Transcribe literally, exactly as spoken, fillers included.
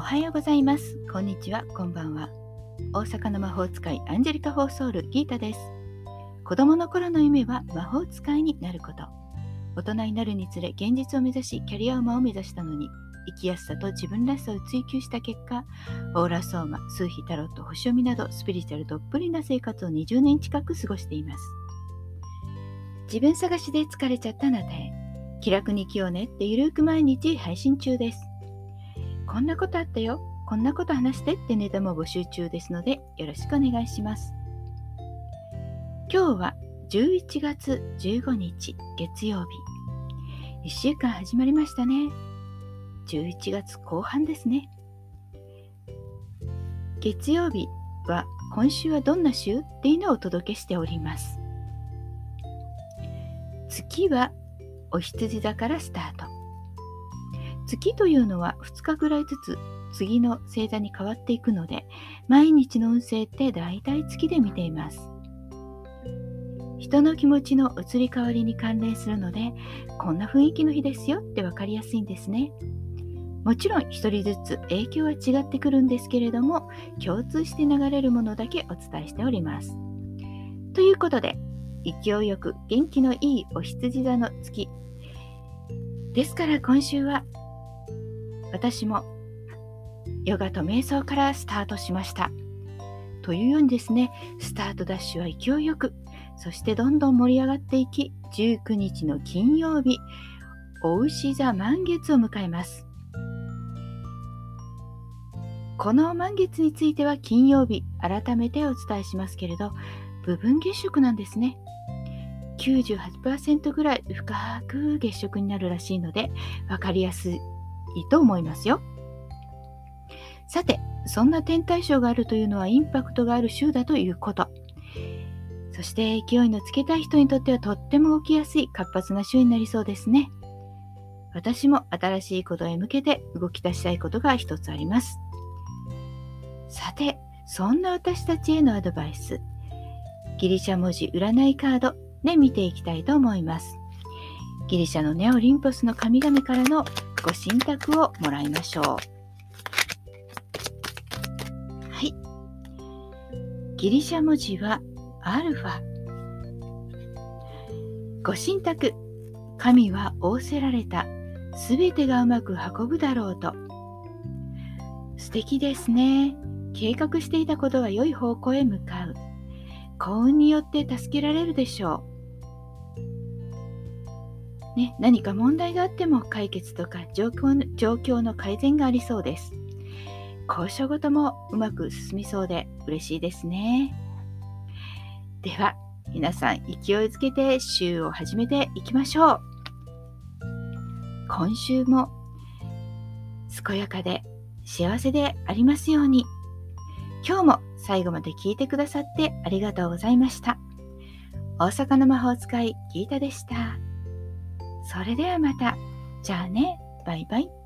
はようございます。こんにちは、こんばんは。大阪の魔法使いアンジェリカ・フォーソウルギータです。子供の頃の夢は魔法使いになること。大人になるにつれ現実を目指しキャリアウーマンを目指したのに、生きやすさと自分らしさを追求した結果、オーラソーマ、数秘タロット、星読みなどスピリチュアルどっぷりな生活をにじゅうねん近く過ごしています。自分探しで疲れちゃったあなたへ、気楽に生きようねってゆるく毎日配信中です。こんなことあったよ、こんなこと話してってネタも募集中ですのでよろしくお願いします。今日はじゅういちがつじゅうごにち月曜日。いっしゅうかん始まりましたね。じゅういちがつこう半ですね。月曜日は今週はどんな週っていうのをお届けしております。月はお羊座からスタート。月というのはふつかぐらいずつ次の星座に変わっていくので、毎日の運勢ってだいたい月で見ています。人の気持ちの移り変わりに関連するので、こんな雰囲気の日ですよってわかりやすいんですね。もちろん一人ずつ影響は違ってくるんですけれども、共通して流れるものだけお伝えしております。ということで、勢いよく元気のいいお羊座の月ですから、今週は私もヨガと瞑想からスタートしました。というようにですね、スタートダッシュは勢いよく、そしてどんどん盛り上がっていき、じゅうくにちの金曜日、お牛座満月を迎えます。この満月については金曜日改めてお伝えしますけれど、部分月食なんですね。きゅうじゅうはちパーセント ぐらい深く月食になるらしいので、分かりやすいと思いますよ。さて、そんな天体ショーがあるというのはインパクトがある週だということ。そして勢いのつけたい人にとってはとっても動きやすい活発な週になりそうですね。私も新しいことへ向けて動き出したいことが一つあります。さて、そんな私たちへのアドバイス、ギリシャ文字占いカードで見ていきたいと思います。ギリシャのネオリンポスの神々からのご神託をもらいましょう。はい。ギリシャ文字はアルファ。ご神託。神は仰せられた。すべてがうまく運ぶだろうと。素敵ですね。計画していたことが良い方向へ向かう。幸運によって助けられるでしょう。ね、何か問題があっても解決とか状況の、状況の改善がありそうです。交渉ごともうまく進みそうで嬉しいですね。では皆さん、勢いづけて週を始めていきましょう。今週も健やかで幸せでありますように。今日も最後まで聞いてくださってありがとうございました。大阪の魔法使いギータでした。それではまた。じゃあね。バイバイ。